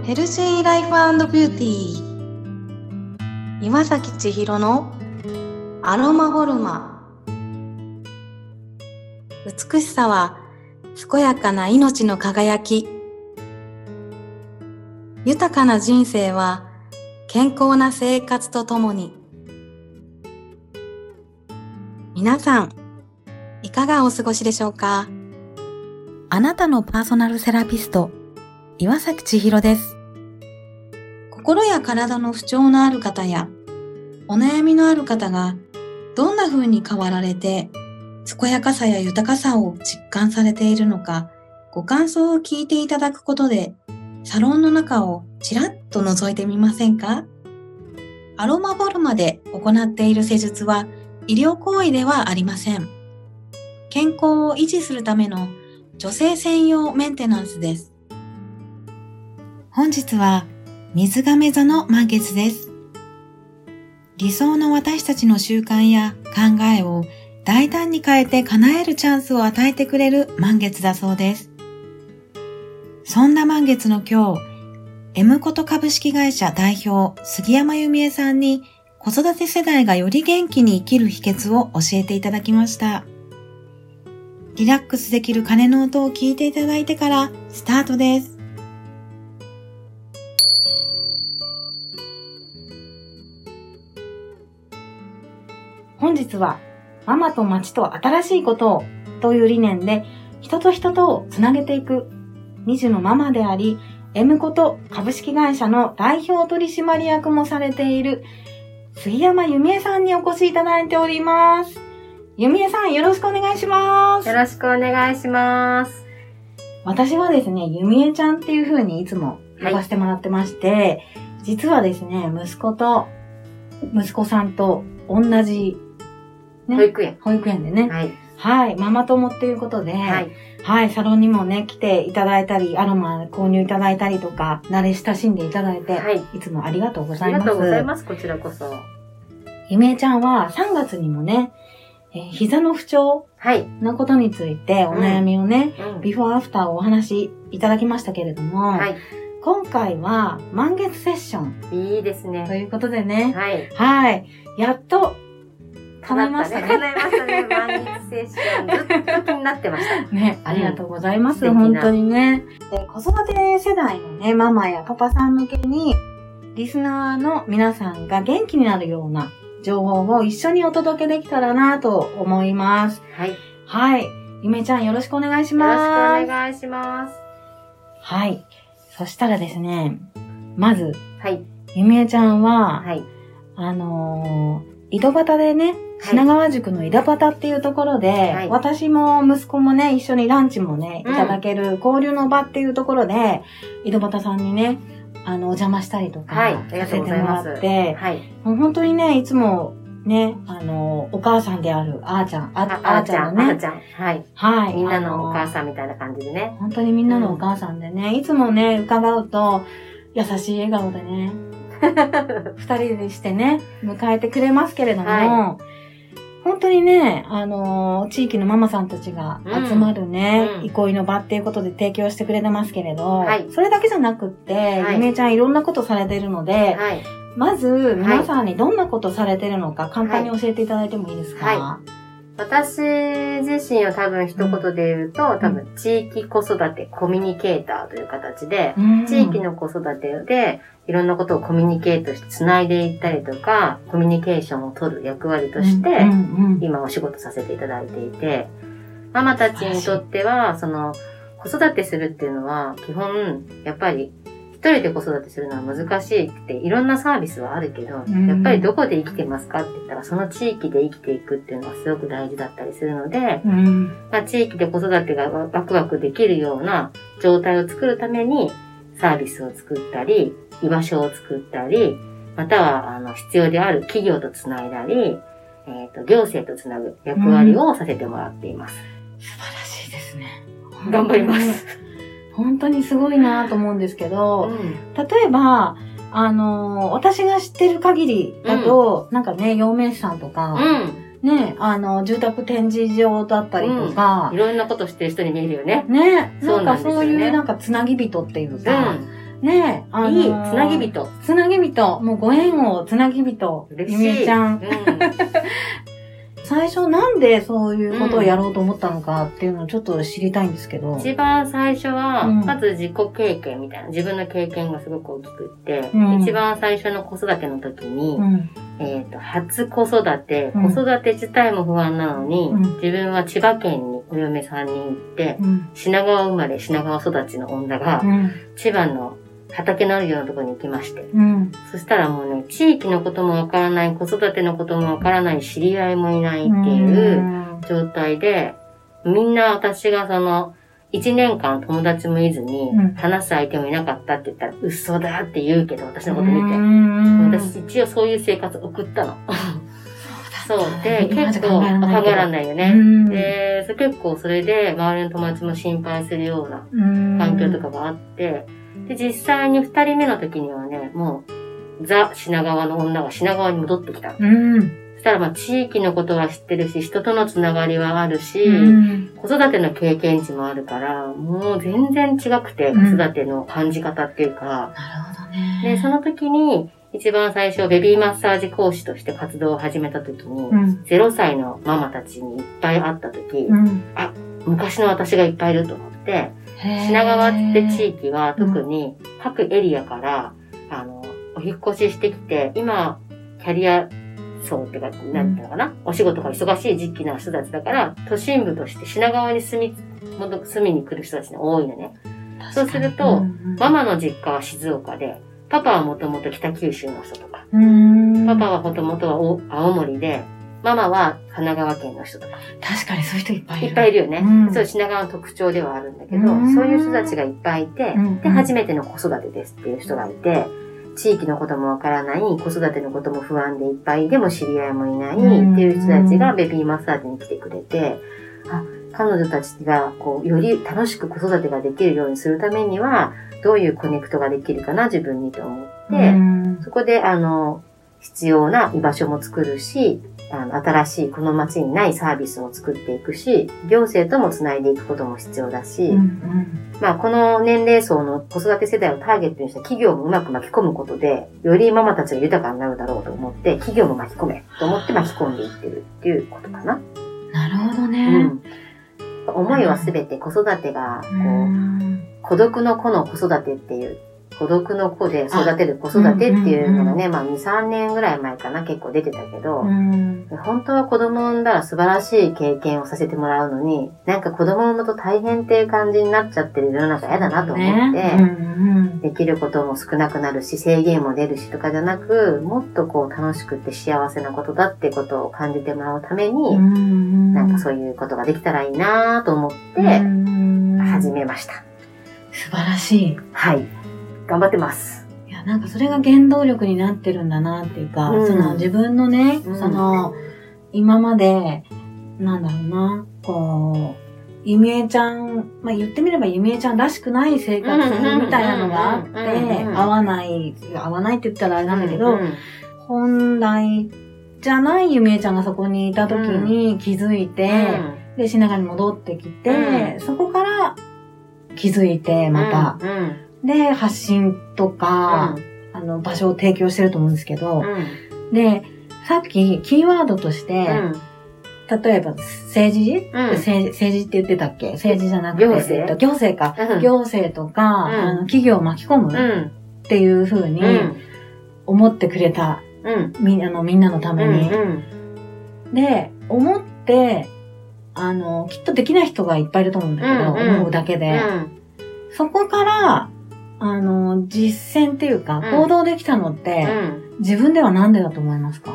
ヘルシーライフ&ビューティー、岩崎千尋のアロマフォルマ。美しさは健やかな命の輝き。豊かな人生は健康な生活とともに。皆さん、いかがお過ごしでしょうか？あなたのパーソナルセラピスト、岩崎千尋です。心や体の不調のある方や、お悩みのある方が、どんな風に変わられて、健やかさや豊かさを実感されているのか、ご感想を聞いていただくことで、サロンの中をちらっと覗いてみませんか？アロマフォルマで行っている施術は、医療行為ではありません。健康を維持するための女性専用メンテナンスです。本日は水亀座の満月です。理想の私たちの習慣や考えを大胆に変えて叶えるチャンスを与えてくれる満月だそうです。そんな満月の今日、Mこと株式会社代表杉山由美恵さんに子育て世代がより元気に生きる秘訣を教えていただきました。リラックスできる鐘の音を聞いていただいてからスタートです。本日はママと街と新しいことをという理念で人と人とをつなげていく2児のママであり M こと株式会社の代表取締役もされている杉山由美恵さんにお越しいただいております。由美恵さん、よろしくお願いします。 よろしくお願いします。 私はですね、由美恵ちゃんっていう風にいつも呼ばせてもらってまして、実はですね、息子さんと同じ、 ね、 保育園でね、はい、ママ友っていうことで、はい、サロンにもね、来ていただいたり、アロマ購入いただいたりとか、慣れ親しんでいただいて、いつもありがとうございます。 ありがとうございます、こちらこそ。 由美恵ちゃんは3月にもね、膝の不調のことについてお悩みをね、ビフォーアフターをお話しいただきましたけれども、今回は満月セッション。 いいですね。 ということでね、はい。やっと叶いましたね。 叶いましたね。満月セッション。ずっと気になってました。 ね、ありがとうございます。本当にね。で、子育て世代のね、ママやパパさん向けに、リスナーの皆さんが元気になるような情報を一緒にお届けできたらなと思います。はい。ゆめちゃんよろしくお願いします。 よろしくお願いします。 はい。そしたらですね、まず、ゆめちゃんは、井戸端でね、品川宿の井戸端っていうところで、私も息子もね、一緒にランチもね、いただける交流の場っていうところで、井戸端さんにね、お邪魔したりとか、させてもらって、もう本当にね、いつもね、お母さんであるあーちゃんのね、 みんなのお母さんみたいな感じでね。 本当にみんなのお母さんでね、いつもね、伺うと、優しい笑顔でね、二人でしてね、迎えてくれますけれども、本当にね、地域のママさんたちが集まるね、憩いの場っていうことで提供してくれてますけれど、それだけじゃなくって、ゆめちゃんいろんなことされてるので、まず皆さんにどんなことされてるのか簡単に教えていただいてもいいですか？ 私自身を多分一言で言うと、多分地域子育てコミュニケーターという形で、地域の子育てでいろんなことをコミュニケートして繋いでいったりとか、コミュニケーションを取る役割として、今お仕事させていただいていて、ママたちにとっては、子育てするっていうのは、基本、やっぱり、一人で子育てするのは難しいって、いろんなサービスはあるけど、やっぱりどこで生きてますかって言ったら、その地域で生きていくっていうのがすごく大事だったりするので、地域で子育てがワクワクできるような状態を作るために、サービスを作ったり、居場所を作ったり、または、必要である企業とつないだり、行政とつなぐ役割をさせてもらっています。 素晴らしいですね。 頑張ります。 本当にすごいなと思うんですけど、例えば、私が知ってる限りだと、なんかね、陽明士さんとか、ね、住宅展示場だったりとか、 いろんなことしてる人に見えるよね。 ね、なんかそういうなんかつなぎ人っていうか、 ねえ、 いい、つなぎ人。 つなぎ人。もうご縁をつなぎ人。 嬉しい。 ゆみえちゃん。最初なんでそういうことをやろうと思ったのかっていうのをちょっと知りたいんですけど。 一番最初は、まず自己経験みたいな、自分の経験がすごく大きくって、一番最初の子育ての時に、初子育て、子育て自体も不安なのに、自分は千葉県にお嫁さんに行って、品川生まれ、品川育ちの女が、千葉の畑のあるようなところに行きまして。そしたらもうね、地域のこともわからない、子育てのこともわからない、知り合いもいないっていう状態で、みんな私が1年間友達もいずに、話す相手もいなかったって言ったら、嘘だって言うけど、私のこと見て。私一応そういう生活を送ったの。そうで、結構考えらんないよね。で、結構それで周りの友達も心配するような環境とかがあって、で、実際に2人目の時にはね、もう、ザ・品川の女が品川に戻ってきた。そしたら地域のことは知ってるし、人とのつながりはあるし、子育ての経験値もあるから、もう全然違くて、子育ての感じ方っていうか。 なるほどね。 で、その時に、一番最初、ベビーマッサージ講師として活動を始めた時に、0歳のママたちにいっぱい会った時、あ、昔の私がいっぱいいると思って、品川って地域は特に各エリアから、お引っ越ししてきて、今、キャリア層っていうか、なんていうのかな、お仕事が忙しい時期な人たちだから、都心部として品川に住みに来る人たちが多いのね。そうすると、ママの実家は静岡で、パパはもともと北九州の人とか、パパはもともとは青森で、ママは神奈川県の人とか。 確かにそういう人いっぱいいる。 いっぱいいるよね。そう、品川の特徴ではあるんだけど、そういう人たちがいっぱいいて、で、初めての子育てですっていう人がいて、地域のこともわからない、子育てのことも不安でいっぱいでも知り合いもいないっていう人たちがベビーマッサージに来てくれて、あ、彼女たちがより楽しく子育てができるようにするためには、どういうコネクトができるかな、自分にと思って、そこで、必要な居場所も作るし、新しいこの街にないサービスも作っていくし、行政ともつないでいくことも必要だし、この年齢層の子育て世代をターゲットにした企業もうまく巻き込むことで、よりママたちが豊かになるだろうと思って、企業も巻き込めと思って巻き込んでいってるっていうことかな。 なるほどね。 思いはすべて子育てが、孤独の子の子育てっていう、孤独の子で育てる子育てっていうのがね、2、3年ぐらい前かな、結構出てたけど、本当は子供を産んだら素晴らしい経験をさせてもらうのに、なんか子供を産むと大変っていう感じになっちゃってる世の中嫌だなと思って、できることも少なくなるし、制限も出るしとかじゃなく、もっと楽しくて幸せなことだってことを感じてもらうために、なんかそういうことができたらいいなと思って、始めました。 素晴らしい。 はい。頑張ってます。 いや、なんかそれが原動力になってるんだなっていうか、自分のね、今まで、なんだろうな、ゆみえちゃん、言ってみればゆみえちゃんらしくない生活みたいなのがあって、合わないって言ったらあれなんだけど、本来じゃないゆみえちゃんがそこにいた時に気づいて、で、品川に戻ってきて、そこから気づいて、また、で、発信とか、場所を提供してると思うんですけど、で、さっきキーワードとして、例えば政治って言ってたっけ？政治じゃなくて、行政か。行政とか、企業を巻き込むっていう風に思ってくれた。みんなのために。で、思って、きっとできない人がいっぱいいると思うんだけど、思うだけで。そこから、実践っていうか、行動できたのって、自分ではなんでだと思いますか？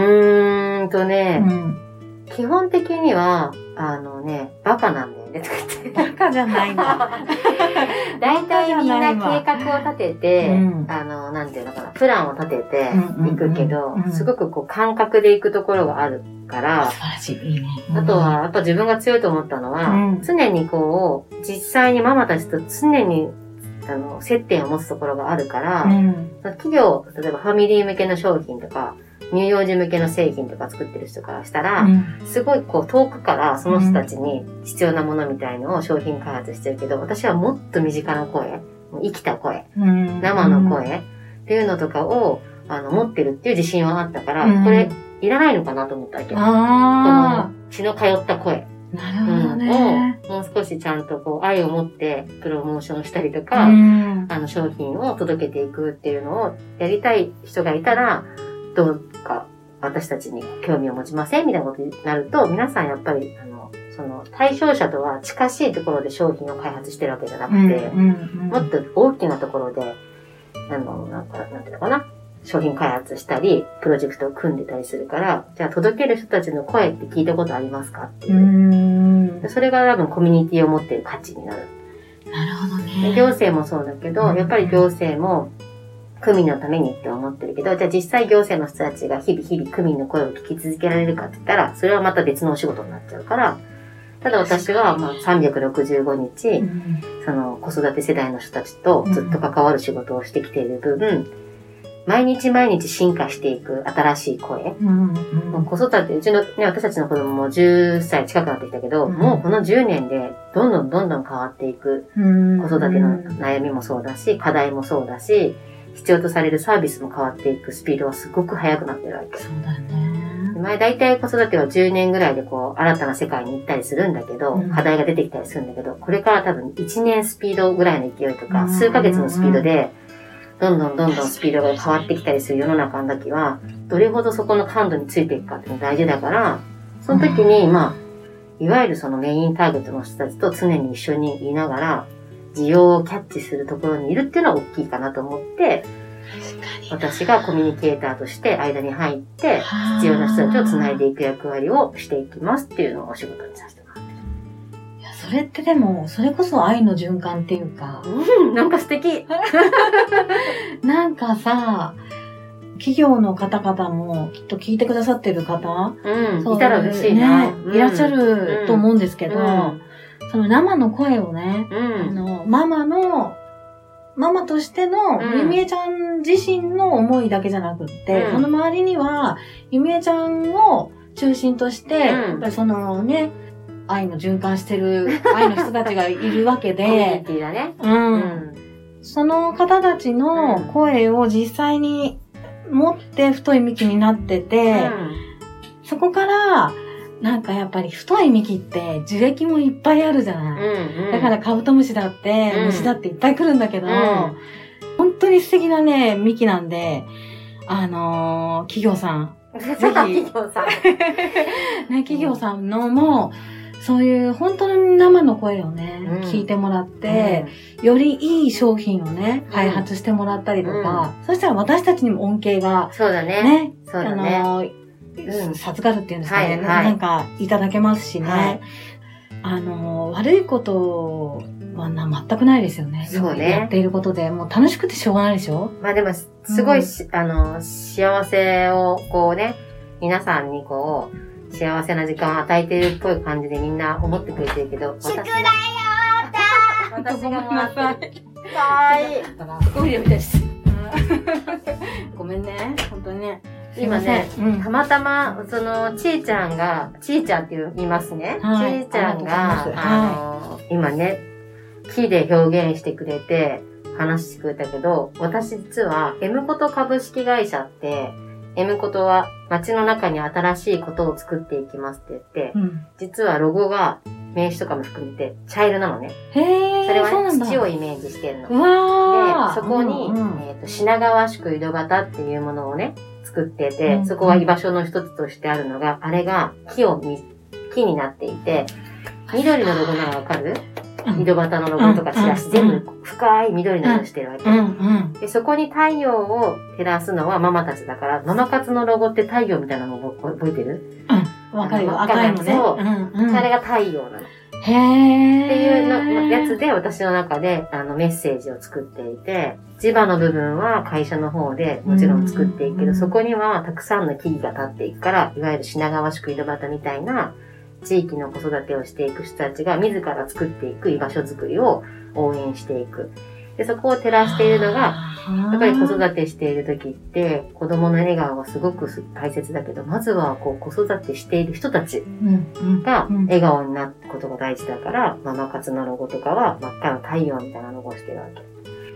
基本的には、バカなんだよね。 バカじゃないんだ。 大体みんな計画を立てて、なんていうのかな、プランを立てていくけど、すごく感覚でいくところがあるから、 素晴らしい。いいね。 あとは、やっぱ自分が強いと思ったのは、常に実際にママたちと常に接点を持つところがあるから、企業、例えばファミリー向けの商品とか、乳幼児向けの製品とか作ってる人からしたら、すごい遠くからその人たちに必要なものみたいのを商品開発してるけど、私はもっと身近な声、 生きた声、生の声っていうのとかを、持ってるっていう自信はあったから、これ、いらないのかなと思ったわけ。この血の通った声。 なるほどね。 をもう少しちゃんとこう愛を持ってプロモーションしたりとか、商品を届けていくっていうのをやりたい人がいたら、どうか私たちに興味を持ちませんみたいなことになると、皆さんやっぱり、その対象者とは近しいところで商品を開発してるわけじゃなくて、もっと大きなところで、なんていうのかな。商品開発したり、プロジェクトを組んでたりするから、じゃあ届ける人たちの声って聞いたことありますかっていう。それが多分コミュニティを持っている価値になる。 なるほどね。 行政もそうだけど、やっぱり行政も区民のためにって思ってるけど、じゃあ実際行政の人たちが日々区民の声を聞き続けられるかって言ったら、それはまた別のお仕事になっちゃうから、ただ私はまあ365日、その子育て世代の人たちとずっと関わる仕事をしてきている分、毎日毎日進化していく新しい声。子育て、うちのね、私たちの子供も10歳近くなってきたけど、もうこの10年でどんどん変わっていく。子育ての悩みもそうだし、課題もそうだし、必要とされるサービスも変わっていくスピードはすごく速くなってるわけ。 そうだね。 前大体子育ては10年ぐらいでこう新たな世界に行ったりするんだけど、課題が出てきたりするんだけど、これから多分1年スピードぐらいの勢いとか、数ヶ月のスピードで、どんどんスピードが変わってきたりする世の中の時は、どれほどそこの感度についていくかっていうのが大事だから、その時に、まあ、いわゆるそのメインターゲットの人たちと常に一緒にいながら、需要をキャッチするところにいるっていうのは大きいかなと思って、私がコミュニケーターとして間に入って、必要な人たちを繋いでいく役割をしていきますっていうのをお仕事にさせてもらってる。 いや、それってでも、それこそ愛の循環っていうか。 なんか素敵なんかさ、企業の方々もきっと聞いてくださってる方、 いたら嬉しいな、 いらっしゃると思うんですけど、その生の声をね、ママとしての、ゆみえちゃん自身の思いだけじゃなくって、その周りには、ゆみえちゃんを中心として、やっぱりそのね、愛の循環してる愛の人たちがいるわけで、 コミュニティだね。 その方たちの声を実際に持って太い幹になってて、そこから、なんかやっぱり太い幹って樹液もいっぱいあるじゃない。だからカブトムシだって、虫だっていっぱい来るんだけど、本当に素敵なね、幹なんで、企業さん。 ぜひ。企業さん。 ね、企業さんのも、そういう本当の生の声をね、聞いてもらって、よりいい商品をね、開発してもらったりとか、そしたら私たちにも恩恵が、 そうだね。そうだね。 授かるっていうんですかね。なんか、いただけますしね。悪いことは全くないですよね。 そうね。 やっていることで、もう楽しくてしょうがないでしょ？ まあでも、すごい、幸せを、こうね、皆さんにこう、幸せな時間を与えているっぽい感じでみんな思ってくれてるけど、 宿題終わった。 私がもらって。かわいい。 すごいよみたいです。ごめんね、本当にね。 今ね、たまたま、ちーちゃんって言いますね。ちーちゃんが、今ね、木で表現してくれて、話してくれたけど、私実は、M こと株式会社って、M ことは街の中に新しいことを作っていきますって言って、実はロゴが名刺とかも含めて茶色なのね。それはね、土をイメージしてるの。で、そこに、品川宿井戸端っていうものをね、作ってて、そこは居場所の一つとしてあるのが、あれが木になっていて、緑のロゴならわかる？井戸端のロゴとかチラシ、全部深い緑の色してるわけ。で、そこに太陽を照らすのはママたちだから、ママ活のロゴって太陽みたいなのを覚えてる？ わかるよ、赤いのね。 そう。あれが太陽なの。っていうやつで私の中でメッセージを作っていて、地場の部分は会社の方でもちろん作っていくけど、そこにはたくさんの木々が立っていくから、いわゆる品川宿井戸端みたいな地域の子育てをしていく人たちが自ら作っていく居場所づくりを応援していく。で、そこを照らしているのが、やっぱり子育てしている時って、子供の笑顔がすごく大切だけど、まずはこう子育てしている人たちが笑顔になることが大事だから、ママ活のロゴとかは真っ赤な太陽みたいなロゴをしてるわけ。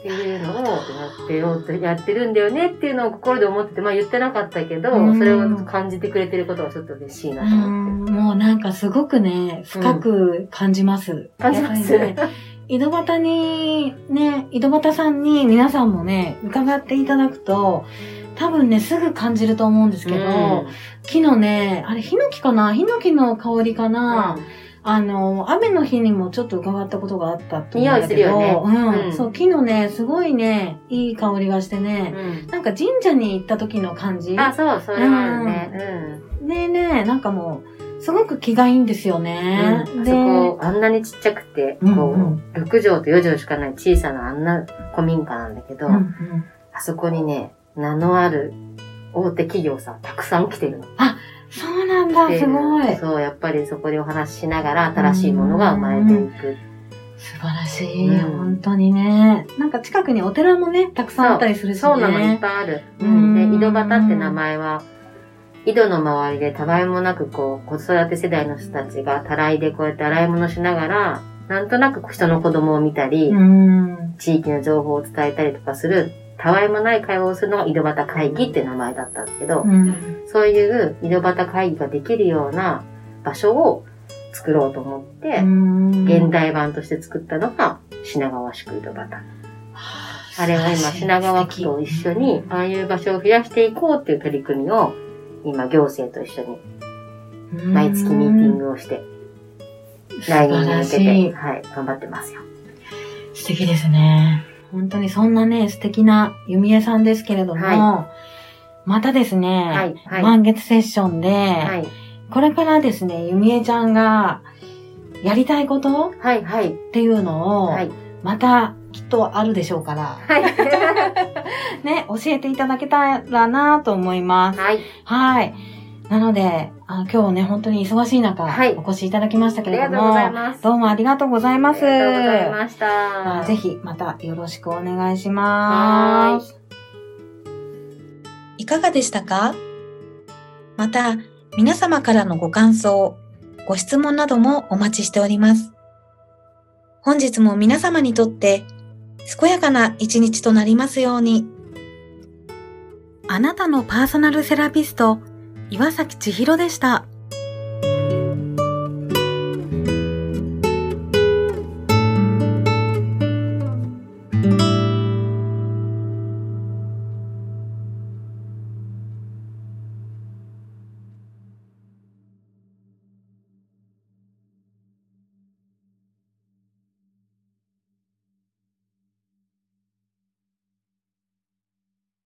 っていうのをやってるんだよねっていうのを心で思ってて、まあ言ってなかったけど、それを感じてくれてることはちょっと嬉しいなと思って。 もうなんかすごくね、深く感じます。 感じます。 井戸端さんに皆さんもね、伺っていただくと、多分ね、すぐ感じると思うんですけど、木のね、あれ、ヒノキかな？ヒノキの香りかな？雨の日にもちょっと伺ったことがあったと思うんだけど、匂いするよね。そう、木のね、すごいね、いい香りがしてね、なんか神社に行った時の感じ。 あ、そう、それはあるね。 でね、なんかもう、すごく気がいいんですよね。 あそこ、あんなにちっちゃくて、こう、6畳と4畳しかない小さなあんな古民家なんだけど、あそこにね、名のある大手企業さんたくさん来てるの。 あ、そうなんだ、すごい。 そう、やっぱりそこでお話ししながら新しいものが生まれていく。 素晴らしい、本当にね。なんか近くにお寺もね、たくさんあったりするしね。 そうなの、いっぱいある。で、井戸端って名前は、井戸の周りでたわいもなくこう、子育て世代の人たちがたらいでこうやって洗い物しながら、なんとなく人の子供を見たり、地域の情報を伝えたりとかする、たわいもない会話をするのが井戸端会議って名前だったんだけど、そういう井戸端会議ができるような場所を作ろうと思って、現代版として作ったのが品川宿井戸端。あれは今品川区と一緒に、ああいう場所を増やしていこうっていう取り組みを、今行政と一緒に毎月ミーティングをして、来年に向けて、はい、頑張ってますよ。 素敵ですね。本当にそんなね、素敵な弓江さんですけれども、またですね、満月セッションで、これからですね、弓江ちゃんがやりたいことっていうのを、またきっとあるでしょうから、ね、教えていただけたらなと思います。はい。なので、今日ね、本当に忙しい中、お越しいただきましたけれども、どうもありがとうございます。 ありがとうございました。 ぜひ、またよろしくお願いします。いかがでしたか？また、皆様からのご感想、ご質問などもお待ちしております。本日も皆様にとって、健やかな一日となりますように。あなたのパーソナルセラピスト、岩崎千尋でした。